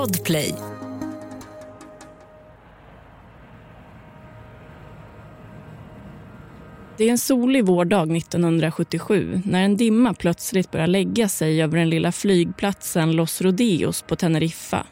Podplay. Det är en solig vårdag 1977 när en dimma plötsligt börjar lägga sig över den lilla flygplatsen Los Rodeos på Teneriffa.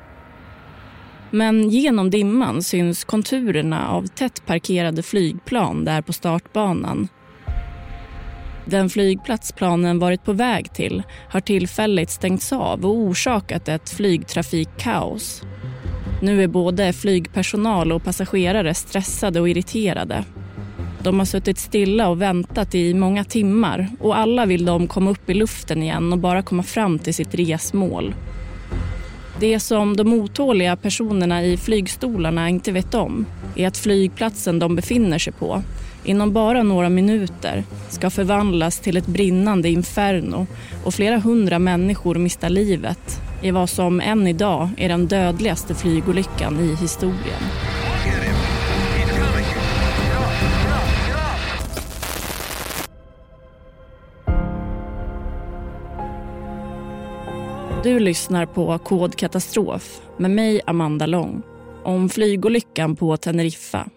Men genom dimman syns konturerna av tätt parkerade flygplan där på startbanan. Den flygplatsplanen varit på väg till har tillfälligt stängts av och orsakat ett flygtrafikkaos. Nu är både flygpersonal och passagerare stressade och irriterade. De har suttit stilla och väntat i många timmar och alla vill de komma upp i luften igen och bara komma fram till sitt resmål. Det som de otåliga personerna i flygstolarna inte vet om är att flygplatsen de befinner sig på inom bara några minuter ska förvandlas till ett brinnande inferno och flera hundra människor mista livet i vad som än idag är den dödligaste flygolyckan i historien. Du lyssnar på Kod Katastrof med mig Amanda Lång om flygolyckan på Teneriffa.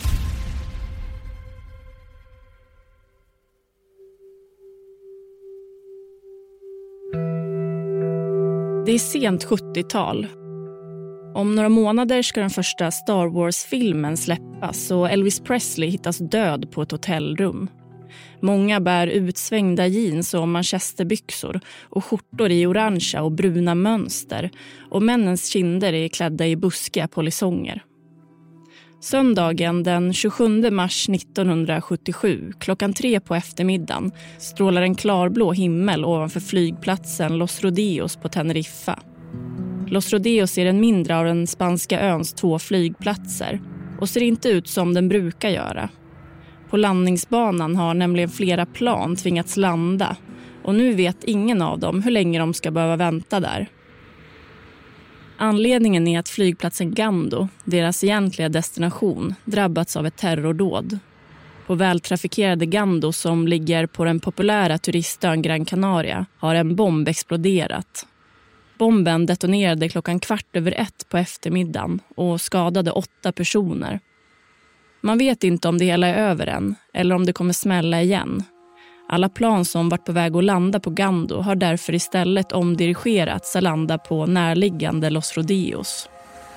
Det är sent 70-tal. Om några månader ska den första Star Wars-filmen släppas och Elvis Presley hittas död på ett hotellrum. Många bär utsvängda jeans och manchesterbyxor och skjortor i orangea och bruna mönster och männens kinder är klädda i buskiga polisonger. Söndagen den 27 mars 1977 klockan 3 på eftermiddagen strålar en klarblå himmel ovanför flygplatsen Los Rodeos på Teneriffa. Los Rodeos är den mindre av den spanska öns 2 flygplatser och ser inte ut som den brukar göra. På landningsbanan har nämligen flera plan tvingats landa och nu vet ingen av dem hur länge de ska behöva vänta där. Anledningen är att flygplatsen Gando, deras egentliga destination, drabbats av ett terrordåd. På vältrafikerade Gando som ligger på den populära turistön Gran Canaria har en bomb exploderat. Bomben detonerade klockan 1:15 på eftermiddagen och skadade 8 personer. Man vet inte om det hela är över än eller om det kommer smälla igen. Alla plan som varit på väg att landa på Gando har därför istället omdirigerats att landa på närliggande Los Rodeos.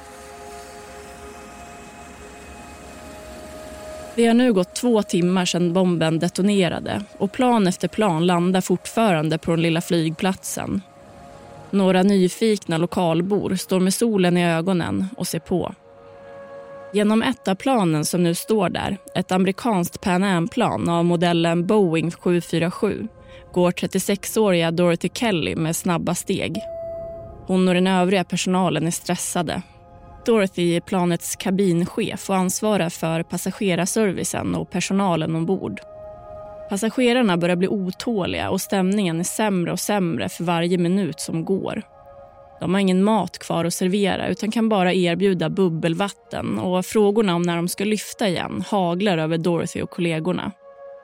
Det har nu gått 2 timmar sedan bomben detonerade och plan efter plan landar fortfarande på den lilla flygplatsen. Några nyfikna lokalbor står med solen i ögonen och ser på. Genom ett av planen som nu står där, ett amerikanskt Pan Am-plan av modellen Boeing 747, går 36-åriga Dorothy Kelly med snabba steg. Hon och den övriga personalen är stressade. Dorothy är planets kabinchef och ansvarar för passagerarservicen och personalen ombord. Passagerarna börjar bli otåliga och stämningen är sämre och sämre för varje minut som går. De har ingen mat kvar att servera utan kan bara erbjuda bubbelvatten och frågorna om när de ska lyfta igen haglar över Dorothy och kollegorna.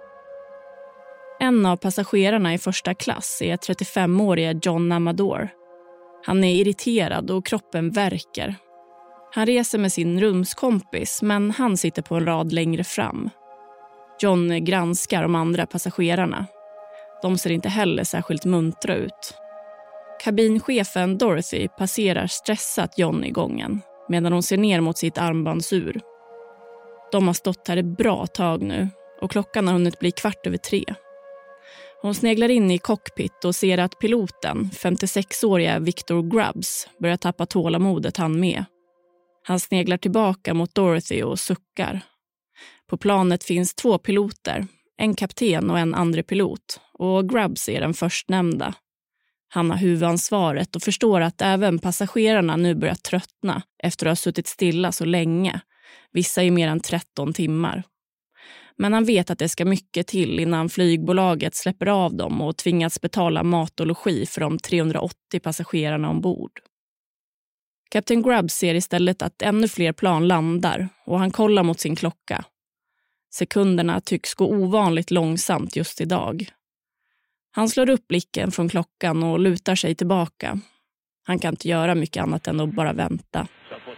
En av passagerarna i första klass är 35-åriga John Amador. Han är irriterad och kroppen värker. Han reser med sin rumskompis men han sitter på en rad längre fram. John granskar de andra passagerarna. De ser inte heller särskilt muntra ut. Kabinchefen Dorothy passerar stressat John i gången medan hon ser ner mot sitt armbandsur. De har stått här ett bra tag nu och klockan har hunnit bli 2:15. Hon sneglar in i cockpit och ser att piloten, 56-åriga Victor Grubbs, börjar tappa tålamodet han med. Han sneglar tillbaka mot Dorothy och suckar. På planet finns 2 piloter, en kapten och en andre pilot, och Grubbs är den förstnämnda. Han har huvudansvaret och förstår att även passagerarna nu börjar tröttna efter att ha suttit stilla så länge, vissa i mer än 13 timmar. Men han vet att det ska mycket till innan flygbolaget släpper av dem och tvingas betala mat och logi för de 380 passagerarna ombord. Kapten Grubbs ser istället att ännu fler plan landar och han kollar mot sin klocka. Sekunderna tycks gå ovanligt långsamt just idag. Han slår upp blicken från klockan och lutar sig tillbaka. Han kan inte göra mycket annat än att bara vänta.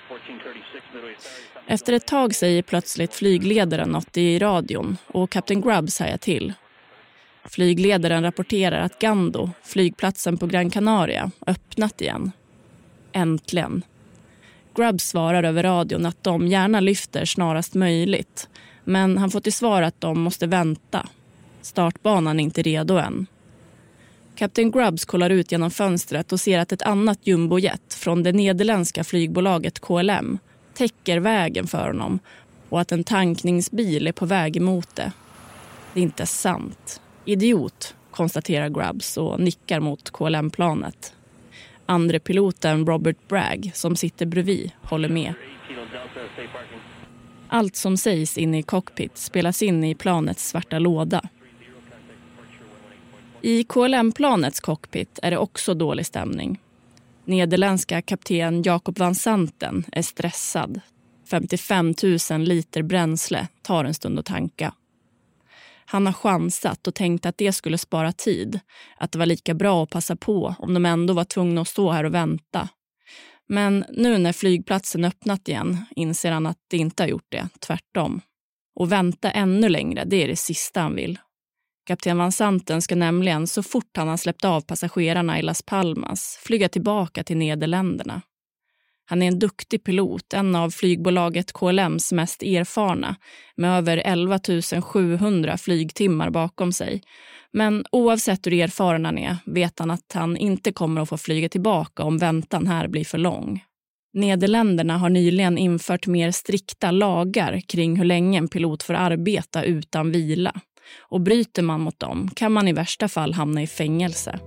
Efter ett tag säger plötsligt flygledaren något i radion och Captain Grubbs hajar till. Flygledaren rapporterar att Gando, flygplatsen på Gran Canaria, öppnat igen. Äntligen. Grubbs svarar över radion att de gärna lyfter snarast möjligt. Men han får till svar att de måste vänta. Startbanan är inte redo än. Captain Grubbs kollar ut genom fönstret och ser att ett annat jumbojet från det nederländska flygbolaget KLM täcker vägen för honom och att en tankningsbil är på väg emot det. Det är inte sant. Idiot, konstaterar Grubbs och nickar mot KLM-planet. Andre piloten Robert Bragg, som sitter bredvid, håller med. Allt som sägs inne i cockpit spelas in i planets svarta låda. I KLM-planets cockpit är det också dålig stämning. Nederländska kapten Jacob van Santen är stressad. 55 000 liter bränsle tar en stund att tanka. Han har chansat och tänkt att det skulle spara tid. Att det var lika bra att passa på om de ändå var tvungna att stå här och vänta. Men nu när flygplatsen öppnat igen inser han att det inte har gjort det, tvärtom. Och vänta ännu längre, det är det sista han vill. Kapten van Santen ska nämligen så fort han har släppt av passagerarna i Las Palmas flyga tillbaka till Nederländerna. Han är en duktig pilot, en av flygbolaget KLMs mest erfarna, med över 11 700 flygtimmar bakom sig. Men oavsett hur erfaren han är vet han att han inte kommer att få flyga tillbaka om väntan här blir för lång. Nederländerna har nyligen infört mer strikta lagar kring hur länge en pilot får arbeta utan vila. Och bryter man mot dem kan man i värsta fall hamna i fängelse.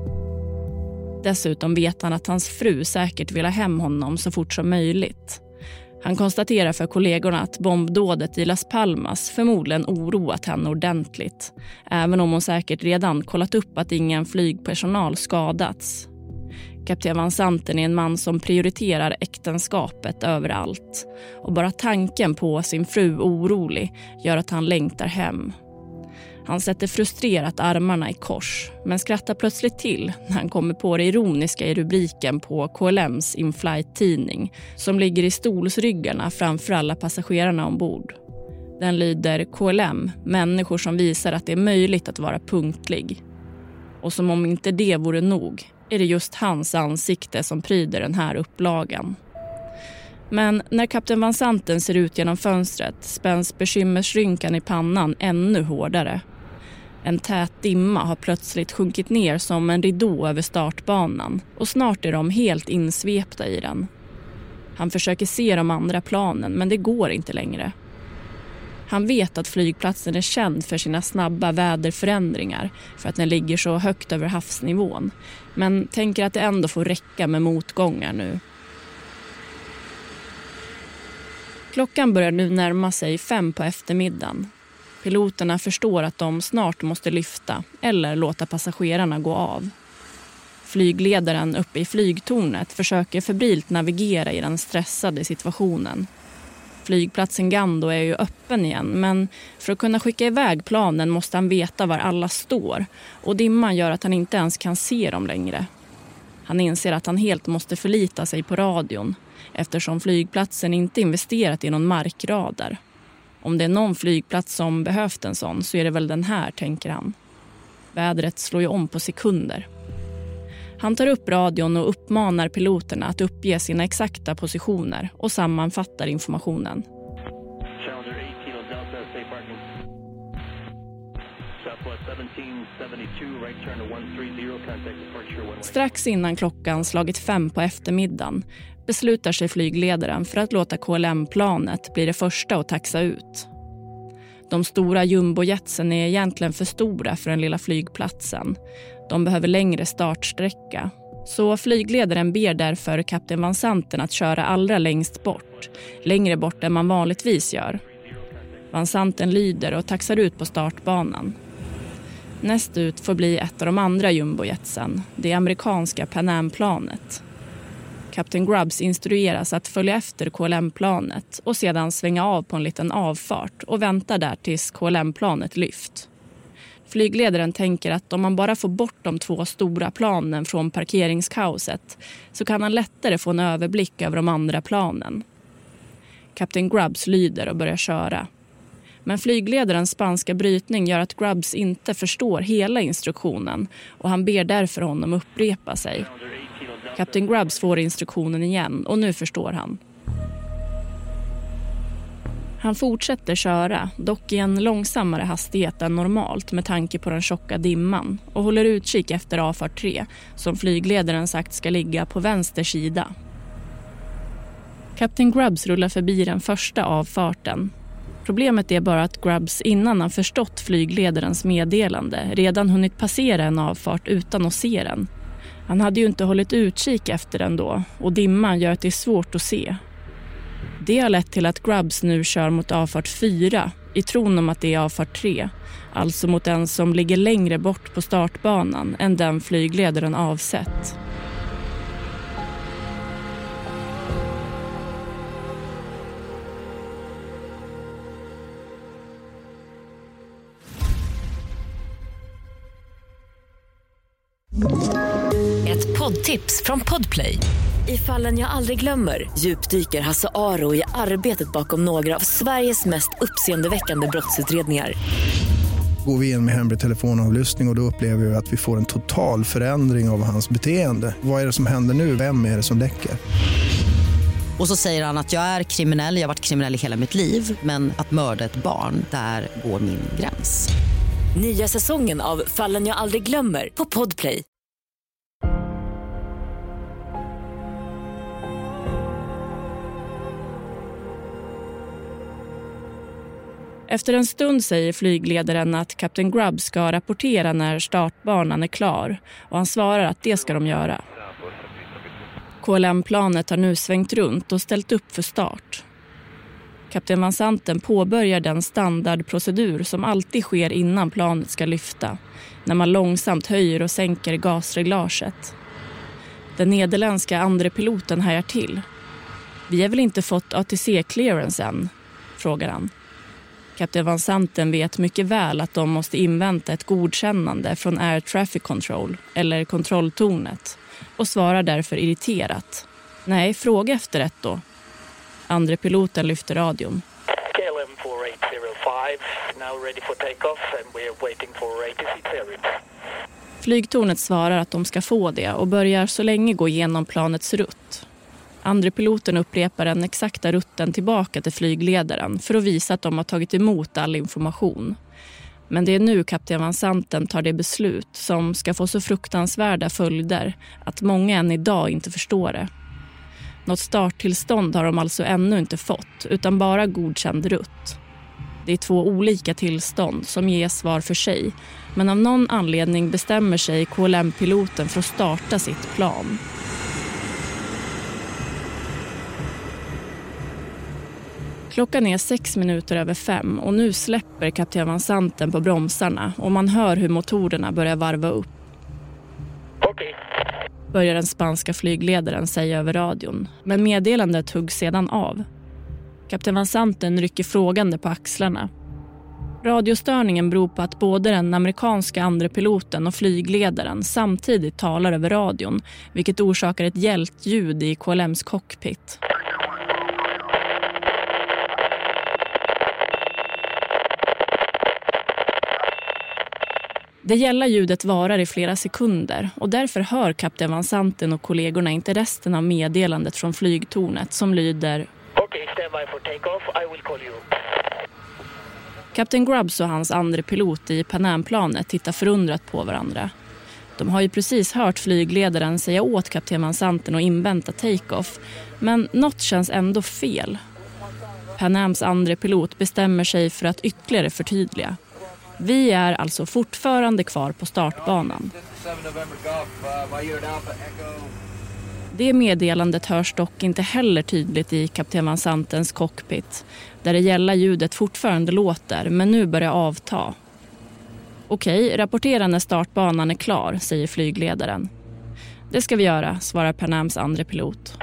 Dessutom vet han att hans fru säkert vill ha hem honom så fort som möjligt. Han konstaterar för kollegorna att bombdådet i Las Palmas förmodligen oroat henne ordentligt. Även om hon säkert redan kollat upp att ingen flygpersonal skadats. Kapten van Santen är en man som prioriterar äktenskapet överallt. Och bara tanken på sin fru orolig gör att han längtar hem. Han sätter frustrerat armarna i kors men skrattar plötsligt till när han kommer på det ironiska i rubriken på KLMs in-flight-tidning som ligger i stolsryggarna framför alla passagerarna ombord. Den lyder KLM, människor som visar att det är möjligt att vara punktlig. Och som om inte det vore nog är det just hans ansikte som pryder den här upplagan. Men när kapten van Santen ser ut genom fönstret spänns bekymmersrynkan i pannan ännu hårdare. En tät dimma har plötsligt sjunkit ner som en ridå över startbanan och snart är de helt insvepta i den. Han försöker se de andra planen men det går inte längre. Han vet att flygplatsen är känd för sina snabba väderförändringar för att den ligger så högt över havsnivån. Men tänker att det ändå får räcka med motgångar nu. Klockan börjar nu närma sig 5 på eftermiddagen. Piloterna förstår att de snart måste lyfta eller låta passagerarna gå av. Flygledaren uppe i flygtornet försöker febrilt navigera i den stressade situationen. Flygplatsen Gando är ju öppen igen men för att kunna skicka iväg planen måste han veta var alla står och dimman gör att han inte ens kan se dem längre. Han inser att han helt måste förlita sig på radion eftersom flygplatsen inte investerat i någon markradar. Om det är någon flygplats som behövt en sån så är det väl den här, tänker han. Vädret slår ju om på sekunder. Han tar upp radion och uppmanar piloterna att uppge sina exakta positioner och sammanfattar informationen. Strax innan klockan slagit 5 på eftermiddagen beslutar sig flygledaren för att låta KLM-planet bli det första att taxa ut. De stora jumbojetsen är egentligen för stora för den lilla flygplatsen. De behöver längre startsträcka. Så flygledaren ber därför kapten van Santen att köra allra längst bort. Längre bort än man vanligtvis gör. Van Santen lyder och taxar ut på startbanan. Näst ut får bli ett av de andra jumbojetsen, det amerikanska Pan Am-planet. Kapten Grubbs instrueras att följa efter KLM-planet och sedan svänga av på en liten avfart och vänta där tills KLM-planet lyft. Flygledaren tänker att om man bara får bort de 2 stora planen från parkeringskaoset så kan han lättare få en överblick över de andra planen. Kapten Grubbs lyder och börjar köra. Men flygledarens spanska brytning gör att Grubbs inte förstår hela instruktionen och han ber därför honom upprepa sig. Kapten Grubbs får instruktionen igen och nu förstår han. Han fortsätter köra, dock i en långsammare hastighet än normalt med tanke på den tjocka dimman och håller utkik efter avfart 3 som flygledaren sagt ska ligga på vänster sida. Kapten Grubbs rullar förbi den första avfarten. Problemet är bara att Grubbs innan han förstått flygledarens meddelande redan hunnit passera en avfart utan att se den. Han hade ju inte hållit utkik efter den då och dimman gör att det är svårt att se. Det har lett till att Grubbs nu kör mot avfart 4 i tron om att det är avfart 3, alltså mot den som ligger längre bort på startbanan än den flygledaren avsett. Ett poddtips från Podplay. I Fallen jag aldrig glömmer djupdyker Hasse Aro i arbetet bakom några av Sveriges mest uppseendeväckande brottsutredningar. Går vi in med hemlig telefonavlyssning och då upplever vi att vi får en total förändring av hans beteende. Vad är det som händer nu? Vem är det som läcker? Och så säger han att jag är kriminell, jag har varit kriminell i hela mitt liv. Men att mörda ett barn, där går min gräns. Nya säsongen av Fallen jag aldrig glömmer på Podplay. Efter en stund säger flygledaren att Kapten Grubbs ska rapportera när startbanan är klar och han svarar att det ska de göra. KLM-planet har nu svängt runt och ställt upp för start. Kapten Van Santen påbörjar den standardprocedur som alltid sker innan planet ska lyfta, när man långsamt höjer och sänker gasreglaget. Den nederländska andre piloten hajar till. Vi har väl inte fått ATC-clearance än, frågar han. Kapten Van Santen vet mycket väl att de måste invänta ett godkännande från Air Traffic Control, eller kontrolltornet, och svarar därför irriterat. Nej, fråga efter ett då. Andre piloten lyfter radion. KLM 4805, now ready for takeoff and we are waiting for ATC clearance. Flygtornet svarar att de ska få det och börjar så länge gå igenom planets rutt. Andre piloten upprepar den exakta rutten tillbaka till flygledaren för att visa att de har tagit emot all information. Men det är nu kapten Van Santen tar det beslut som ska få så fruktansvärda följder att många än idag inte förstår det. Något starttillstånd har de alltså ännu inte fått utan bara godkänd rutt. Det är 2 olika tillstånd som ges var för sig, men av någon anledning bestämmer sig KLM-piloten för att starta sitt plan. Klockan är 6 minuter över 5 och nu släpper kapten Van Santen på bromsarna och man hör hur motorerna börjar varva upp. Okej. Börjar den spanska flygledaren säga över radion, men meddelandet huggs sedan av. Kapten Van Santen rycker frågande på axlarna. Radiostörningen beror på att både den amerikanska andre piloten och flygledaren samtidigt talar över radion, vilket orsakar ett hjältljud i KLMs cockpit. Det gälla ljudet varar i flera sekunder och därför hör kapten Van Santen och kollegorna inte resten av meddelandet från flygtornet som lyder: Okej, stand by for takeoff. I will call you. Kapten Grubbs och hans andre pilot i Panamplanet tittar förundrat på varandra. De har ju precis hört flygledaren säga åt kapten Van Santen att invänta take-off, men något känns ändå fel. Panams andre pilot bestämmer sig för att ytterligare förtydliga. Vi är alltså fortfarande kvar på startbanan. Det meddelandet hörs dock inte heller tydligt i kapten Van Santens cockpit, där det gälla ljudet fortfarande låter, men nu börjar avta. Okej, rapportera när startbanan är klar, säger flygledaren. Det ska vi göra, svarar Panams andre pilot.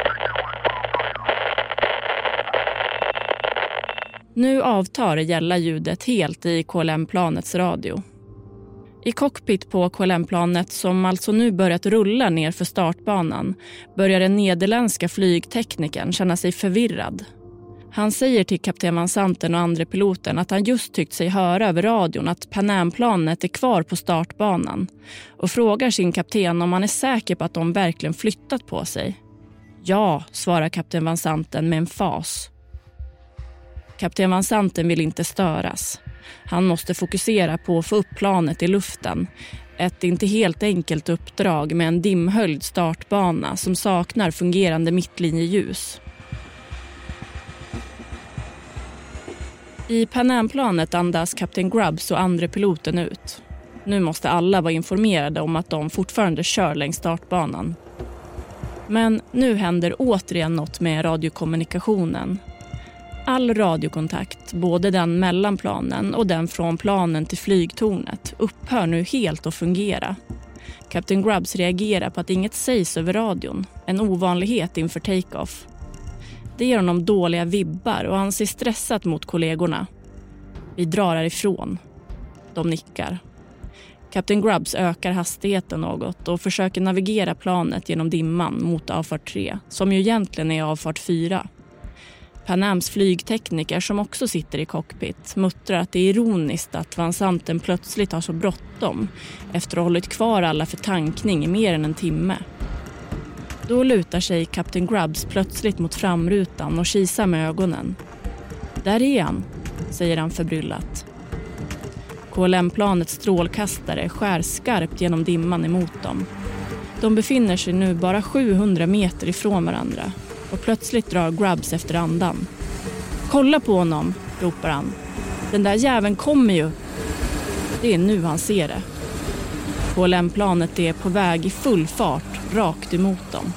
Nu avtar det gälla ljudet helt i KLM-planets radio. I cockpit på KLM-planet, som alltså nu börjat rulla ner för startbanan, börjar den nederländska flygteknikern känna sig förvirrad. Han säger till kapten Van Santen och andre piloten att han just tyckt sig höra över radion att Pan Am-planet är kvar på startbanan och frågar sin kapten om han är säker på att de verkligen flyttat på sig. Ja, svarar kapten Van Santen med en fas. Kapten Van Santen vill inte störas. Han måste fokusera på att få upp planet i luften. Ett inte helt enkelt uppdrag med en dimhöljd startbana som saknar fungerande mittlinjeljus. I Pan Am-planet andas kapten Grubbs och andre piloten ut. Nu måste alla vara informerade om att de fortfarande kör längs startbanan. Men nu händer återigen något med radiokommunikationen. All radiokontakt, både den mellan planen och den från planen till flygtornet, upphör nu helt att fungera. Kapten Grubbs reagerar på att inget sägs över radion, en ovanlighet inför take-off. Det ger honom dåliga vibbar och han ser stressat mot kollegorna. Vi drar härifrån. De nickar. Kapten Grubbs ökar hastigheten något och försöker navigera planet genom dimman mot avfart 3, som ju egentligen är avfart 4. Pan Ams flygtekniker som också sitter i cockpit muttrar att det är ironiskt att Van Santen plötsligt har så bråttom efter att ha hållit kvar alla för tankning i mer än en timme. Då lutar sig kapten Grubbs plötsligt mot framrutan och kisar med ögonen. Där är han, säger han förbryllat. KLM-planets strålkastare skär skarpt genom dimman emot dem. De befinner sig nu bara 700 meter ifrån varandra och plötsligt drar Grubbs efter andan. Kolla på honom, ropar han. Den där jäveln kommer ju. Det är nu han ser det. KLM-planet är på väg i full fart rakt emot dem.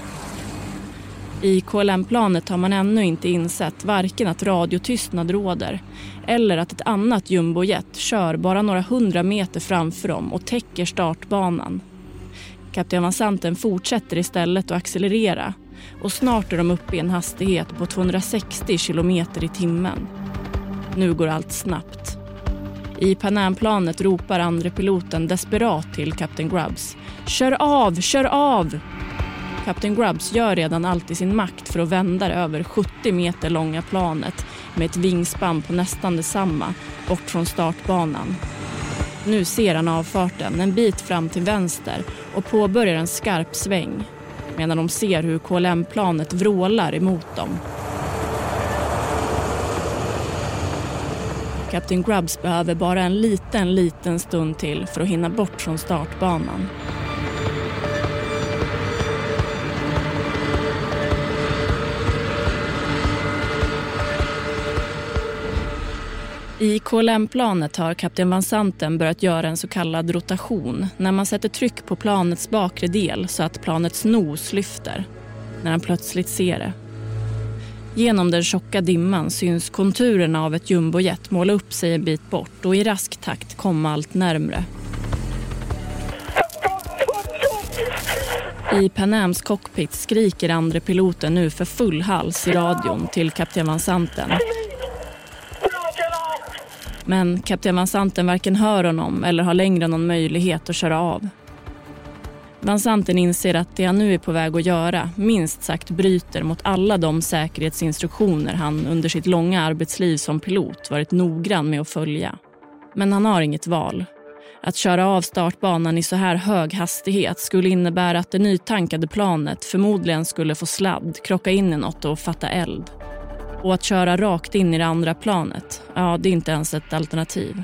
I KLM-planet har man ännu inte insett varken att radiotystnad råder eller att ett annat jumbojet kör bara några 100 meter framför dem och täcker startbanan. Kapten Van Santen fortsätter istället att accelerera och snart är de uppe i en hastighet på 260 kilometer i timmen. Nu går allt snabbt. I Pan Am-planet ropar andre piloten desperat till kapten Grubbs. Kör av, kör av! Kapten Grubbs gör redan allt i sin makt för att vända det över 70 meter långa planet med ett vingspann på nästan detsamma bort från startbanan. Nu ser han avfarten en bit fram till vänster och påbörjar en skarp sväng medan de ser hur KLM-planet vrålar emot dem. Kapten Grubbs behöver bara en liten stund till för att hinna bort från startbanan. I KLM-planet har kapten Van Santen börjat göra en så kallad rotation när man sätter tryck på planets bakre del så att planets nos lyfter, när han plötsligt ser det. Genom den tjocka dimman syns konturerna av ett jumbojet måla upp sig en bit bort och i rask takt komma allt närmre. I Pan Ams cockpit skriker andre piloten nu för full hals i radion till kapten Van Santen. Men kapten Van Santen varken hör honom eller har längre någon möjlighet att köra av. Van Santen inser att det han nu är på väg att göra minst sagt bryter mot alla de säkerhetsinstruktioner han under sitt långa arbetsliv som pilot varit noggrann med att följa. Men han har inget val. Att köra av startbanan i så här hög hastighet skulle innebära att det nytankade planet förmodligen skulle få sladd, krocka in i något och fatta eld. Och att köra rakt in i det andra planet, ja, det är inte ens ett alternativ.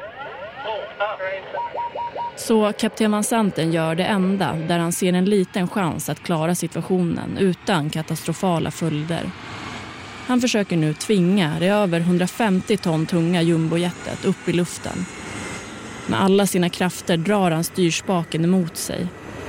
Så kapten Van Santen gör det enda där han ser en liten chans att klara situationen utan katastrofala följder. Han försöker nu tvinga det över 150 ton tunga jumbojetet upp i luften. Med alla sina krafter drar han styrspaken emot sig.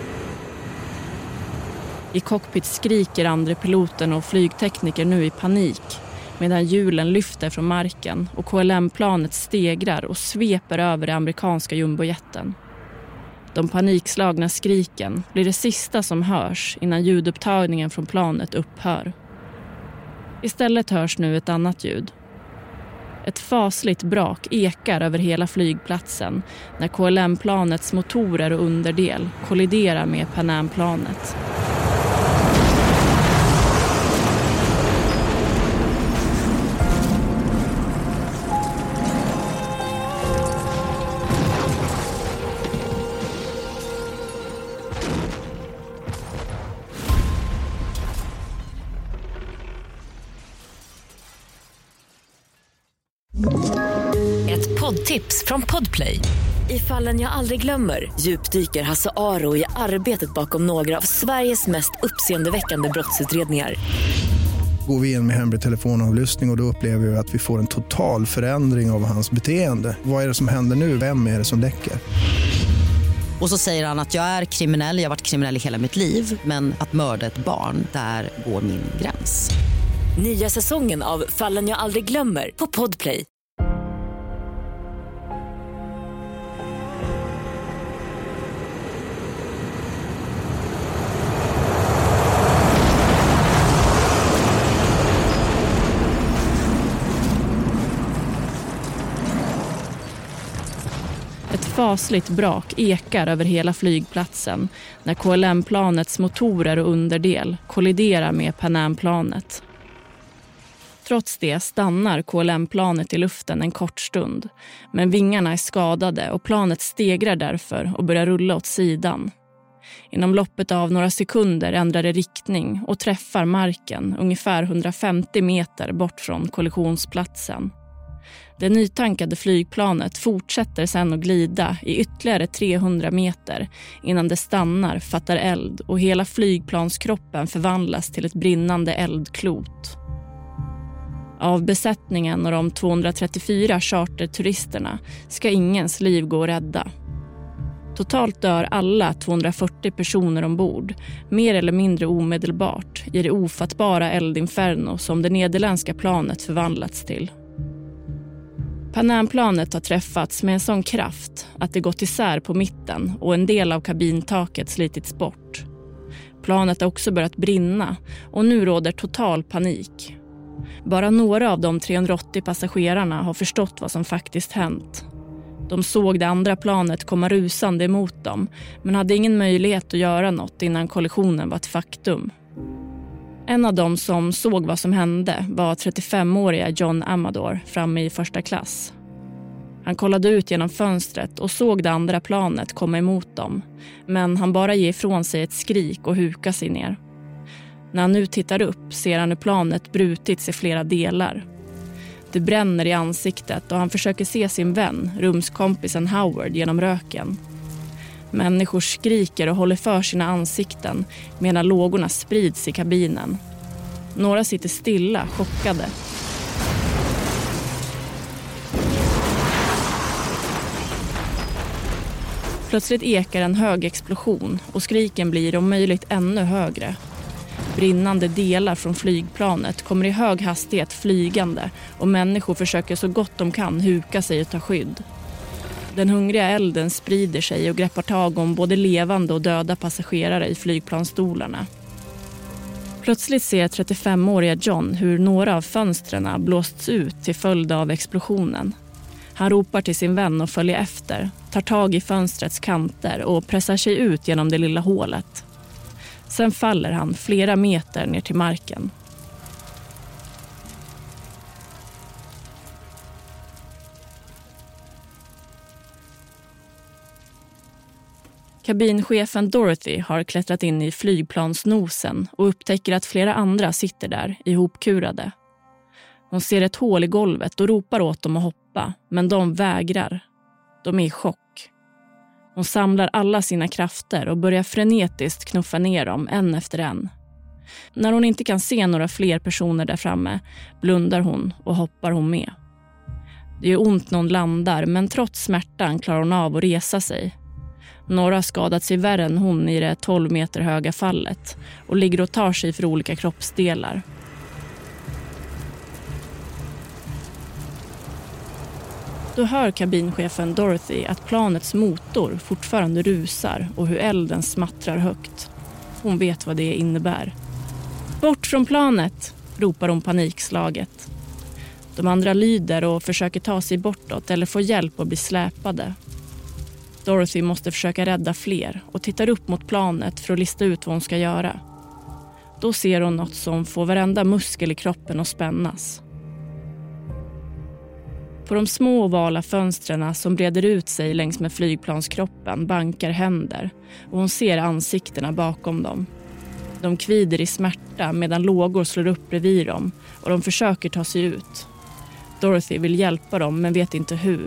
I cockpit skriker andre piloten och flygtekniker nu i panik medan hjulen lyfter från marken och KLM-planet stegrar och sveper över det amerikanska jumbojeten. De panikslagna skriken blir det sista som hörs innan ljudupptagningen från planet upphör. Istället hörs nu ett annat ljud. Ett fasligt brak ekar över hela flygplatsen när KLM-planets motorer och underdel kolliderar med Pan Am-planet. Ett poddtips från Podplay. I fallen jag aldrig glömmer djupdyker Hasse Aro i arbetet bakom några av Sveriges mest uppseendeväckande brottsutredningar. Går vi in med hemlig telefonavlyssning och då upplever vi att vi får en total förändring av hans beteende. Vad är det som händer nu? Vem är det som läcker? Och så säger han att jag är kriminell, jag har varit kriminell i hela mitt liv. Men att mörda ett barn, där går min gräns. Nya säsongen av Fallen jag aldrig glömmer på Podplay. Ett fasligt brak ekar över hela flygplatsen när KLM-planets motorer och underdel kolliderar med Pan Am-planet. Trots det stannar KLM-planet i luften en kort stund, men vingarna är skadade och planet stegrar därför och börjar rulla åt sidan. Inom loppet av några sekunder ändrar det riktning och träffar marken ungefär 150 meter bort från kollisionsplatsen. Det nytankade flygplanet fortsätter sedan att glida i ytterligare 300 meter innan det stannar, fattar eld och hela flygplanskroppen förvandlas till ett brinnande eldklot. Av besättningen och de 234 charterturisterna ska ingens liv gå att rädda. Totalt dör alla 240 personer ombord, mer eller mindre omedelbart, i det ofattbara eldinferno som det nederländska planet förvandlats till. Pan Am-planet har träffats med en sån kraft att det gått isär på mitten och en del av kabintaket slitits bort. Planet har också börjat brinna och nu råder total panik. Bara några av de 380 passagerarna har förstått vad som faktiskt hänt. De såg det andra planet komma rusande emot dem, men hade ingen möjlighet att göra något innan kollisionen var ett faktum. En av dem som såg vad som hände var 35-åriga John Amador framme i första klass. Han kollade ut genom fönstret och såg det andra planet komma emot dem, men han bara ger ifrån sig ett skrik och hukar sig ner. När han nu tittar upp ser han hur planet brutits i flera delar. Det bränner i ansiktet och han försöker se sin vän, rumskompisen Howard, genom röken. Människor skriker och håller för sina ansikten medan lågorna sprids i kabinen. Några sitter stilla, chockade. Plötsligt ekar en hög explosion och skriken blir om möjligt ännu högre. Brinnande delar från flygplanet kommer i hög hastighet flygande och människor försöker så gott de kan huka sig och ta skydd. Den hungriga elden sprider sig och greppar tag om både levande och döda passagerare i flygplansstolarna. Plötsligt ser 35-åriga John hur några av fönstren blåsts ut till följd av explosionen. Han ropar till sin vän och följer efter, tar tag i fönstrets kanter och pressar sig ut genom det lilla hålet. Sen faller han flera meter ner till marken. Kabinchefen Dorothy har klättrat in i flygplansnosen och upptäcker att flera andra sitter där ihopkurade. Hon ser ett hål i golvet och ropar åt dem att hoppa, men de vägrar. De är i chock. Hon samlar alla sina krafter och börjar frenetiskt knuffa ner dem en efter en. När hon inte kan se några fler personer där framme blundar hon och hoppar hon med. Det gör ont när hon landar, men trots smärtan klarar hon av att resa sig. Några har skadat sig värre än hon i det 12 meter höga fallet och ligger och tar sig för olika kroppsdelar. Då hör kabinchefen Dorothy att planets motor fortfarande rusar och hur elden smattrar högt. Hon vet vad det innebär. Bort från planet, ropar hon panikslaget. De andra lyder och försöker ta sig bortåt eller få hjälp att bli släpade. Dorothy måste försöka rädda fler och tittar upp mot planet för att lista ut vad hon ska göra. Då ser hon något som får varenda muskel i kroppen att spännas. På de små ovala fönstren som breder ut sig längs med flygplanskroppen bankar händer och hon ser ansiktena bakom dem. De kvider i smärta medan lågor slår upp bredvid dem och de försöker ta sig ut. Dorothy vill hjälpa dem men vet inte hur.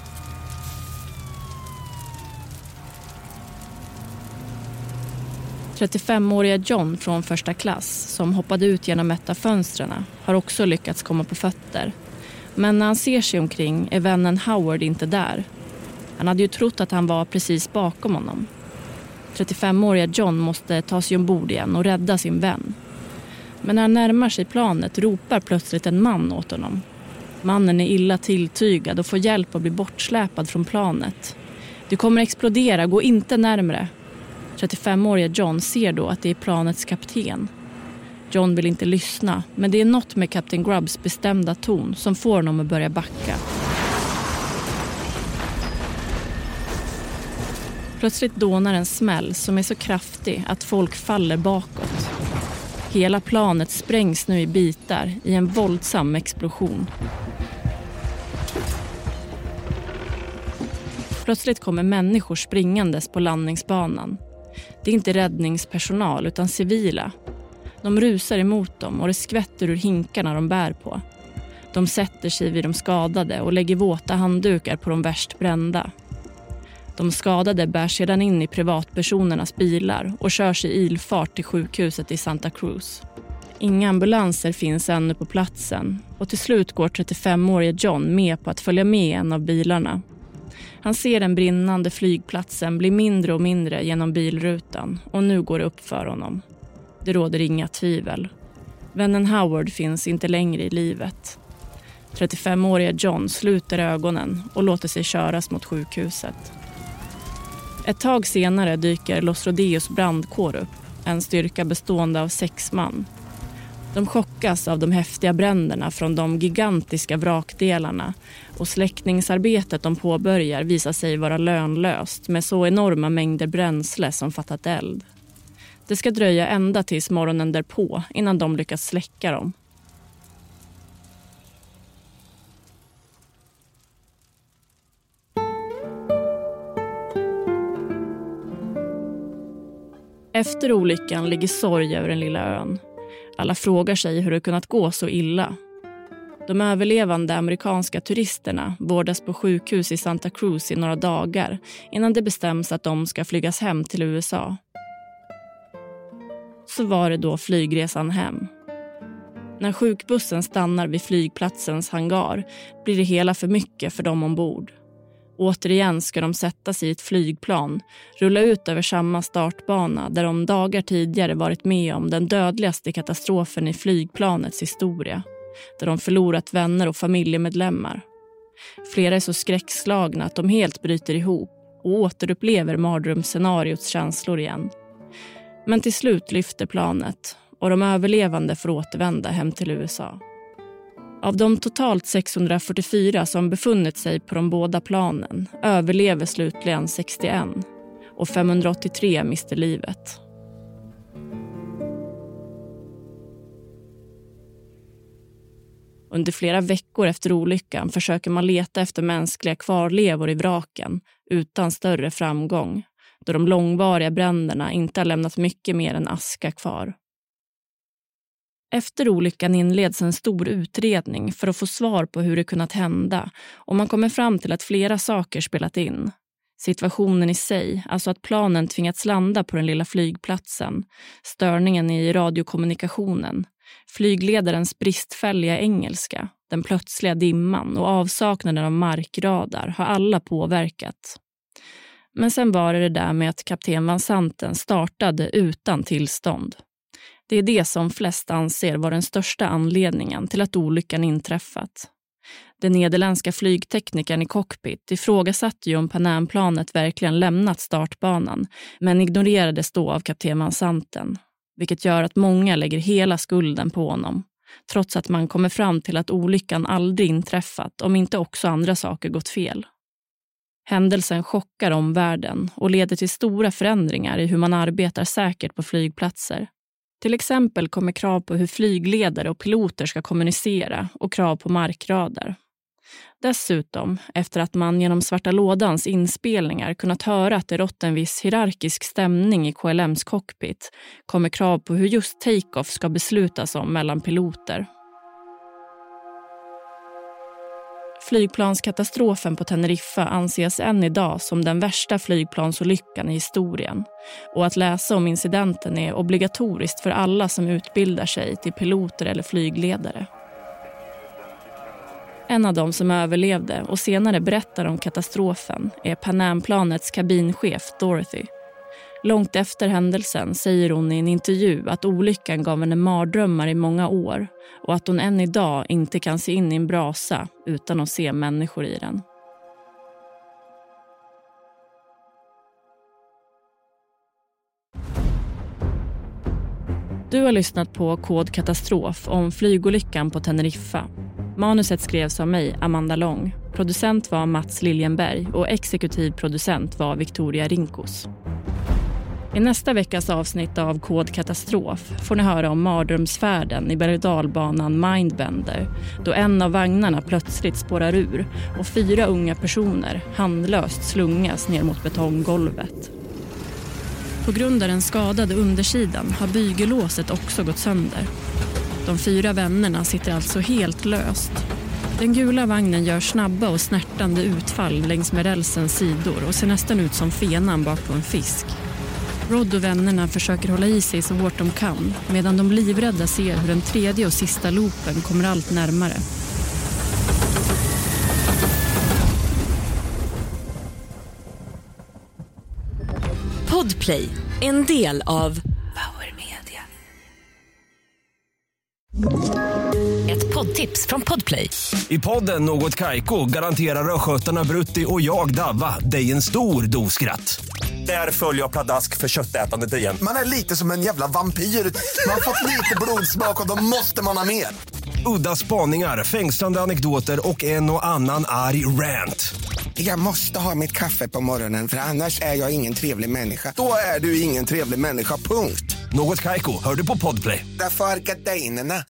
–35-åriga John från första klass som hoppade ut genom ett av fönstren har också lyckats komma på fötter. Men när han ser sig omkring är vännen Howard inte där. Han hade ju trott att han var precis bakom honom. 35-åriga John måste ta sig ombord igen och rädda sin vän. Men när han närmar sig planet ropar plötsligt en man åt honom. Mannen är illa tilltygad och får hjälp att bli bortsläpad från planet. Du kommer explodera, gå inte närmare. 35-åriga John ser då att det är planets kapten. John vill inte lyssna, men det är något med Captain Grubbs bestämda ton som får honom att börja backa. Plötsligt dånar en smäll som är så kraftig att folk faller bakåt. Hela planet sprängs nu i bitar i en våldsam explosion. Plötsligt kommer människor springandes på landningsbanan. Det är inte räddningspersonal utan civila. De rusar emot dem och det skvätter ur hinkarna de bär på. De sätter sig vid de skadade och lägger våta handdukar på de värst brända. De skadade bär sedan in i privatpersonernas bilar och körs i ilfart till sjukhuset i Santa Cruz. Inga ambulanser finns ännu på platsen och till slut går 35-årige John med på att följa med en av bilarna. Han ser den brinnande flygplatsen bli mindre och mindre genom bilrutan och nu går det upp för honom. Det råder inga tvivel. Vännen Howard finns inte längre i livet. 35-åriga John sluter ögonen och låter sig köras mot sjukhuset. Ett tag senare dyker Los Rodeos brandkår upp, en styrka bestående av 6 man. De chockas av de häftiga bränderna från de gigantiska vrakdelarna och släckningsarbetet de påbörjar visar sig vara lönlöst med så enorma mängder bränsle som fattat eld. Det ska dröja ända tills morgonen därpå innan de lyckas släcka dem. Efter olyckan ligger sorg över den lilla ön. Alla frågar sig hur det kunnat gå så illa. De överlevande amerikanska turisterna vårdas på sjukhus i Santa Cruz i några dagar innan det bestäms att de ska flygas hem till USA. Så var det då flygresan hem. När sjukbussen stannar vid flygplatsens hangar blir det hela för mycket för dem ombord. Återigen ska de sätta sig i ett flygplan, rulla ut över samma startbana där de dagar tidigare varit med om den dödligaste katastrofen i flygplanets historia, där de förlorat vänner och familjemedlemmar. Flera är så skräckslagna att de helt bryter ihop och återupplever mardrömsscenariots känslor igen. Men till slut lyfter planet och de överlevande får återvända hem till USA. Av de totalt 644 som befunnit sig på de båda planen överlever slutligen 61 och 583 mister livet. Under flera veckor efter olyckan försöker man leta efter mänskliga kvarlevor i vraken utan större framgång, då de långvariga bränderna inte har lämnat mycket mer än aska kvar. Efter olyckan inleds en stor utredning för att få svar på hur det kunnat hända och man kommer fram till att flera saker spelat in. Situationen i sig, alltså att planen tvingats landa på den lilla flygplatsen, störningen i radiokommunikationen, flygledarens bristfälliga engelska, den plötsliga dimman och avsaknaden av markradar har alla påverkat. Men sen var det där med att kapten Van Santen startade utan tillstånd. Det är det som flest anser var den största anledningen till att olyckan inträffat. Den nederländska flygteknikern i cockpit ifrågasatte ju om Pan Am-planet verkligen lämnat startbanan, men ignorerades då av kapten Van Santen, vilket gör att många lägger hela skulden på honom. trots att man kommer fram till att olyckan aldrig inträffat om inte också andra saker gått fel. Händelsen chockar omvärlden och leder till stora förändringar i hur man arbetar säkert på flygplatser. Till exempel kommer krav på hur flygledare och piloter ska kommunicera och krav på markradar. Dessutom, efter att man genom Svarta lådans inspelningar kunnat höra att det rått en viss hierarkisk stämning i KLMs cockpit, kommer krav på hur just take-off ska beslutas om mellan piloter. Flygplanskatastrofen på Teneriffa anses än idag som den värsta flygplansolyckan i historien. Och att läsa om incidenten är obligatoriskt för alla som utbildar sig till piloter eller flygledare. En av dem som överlevde och senare berättar om katastrofen är Pan Am-planets kabinchef Dorothy. Långt efter händelsen säger hon i en intervju att olyckan gav henne mardrömmar i många år och att hon än idag inte kan se in i en brasa utan att se människor i den. Du har lyssnat på Kod Katastrof om flygolyckan på Teneriffa. Manuset skrevs av mig, Amanda Lång. Producent var Mats Liljenberg och exekutiv producent var Victoria Rinkos. I nästa veckas avsnitt av Kod Katastrof får ni höra om mardrömsfärden i berg- och dalbanan Mindbender, då en av vagnarna plötsligt spårar ur och 4 unga personer handlöst slungas ner mot betonggolvet. På grund av den skadade undersidan har bygellåset också gått sönder. De 4 vännerna sitter alltså helt löst. Den gula vagnen gör snabba och snärtande utfall längs med rälsens sidor och ser nästan ut som fenan bak på en fisk. Rod och vännerna försöker hålla i sig så hårt de kan, medan de livrädda ser hur den 3:e och sista loopen kommer allt närmare. Podplay, en del av Power Media. Ett poddtips från Podplay. I podden Något Kaiko garanterar röskötarna Brutti och jag Davva dig en stor doskratt. Där följer jag pladask för köttätandet igen. Man är lite som en jävla vampyr. Man har fått lite blodsmak och då måste man ha mer. Udda spaningar, fängslande anekdoter och en och annan arg rant. Jag måste ha mitt kaffe på morgonen för annars är jag ingen trevlig människa. Då är du ingen trevlig människa, punkt. Något Kaiko, hör du på Podplay. Därför är gardinerna.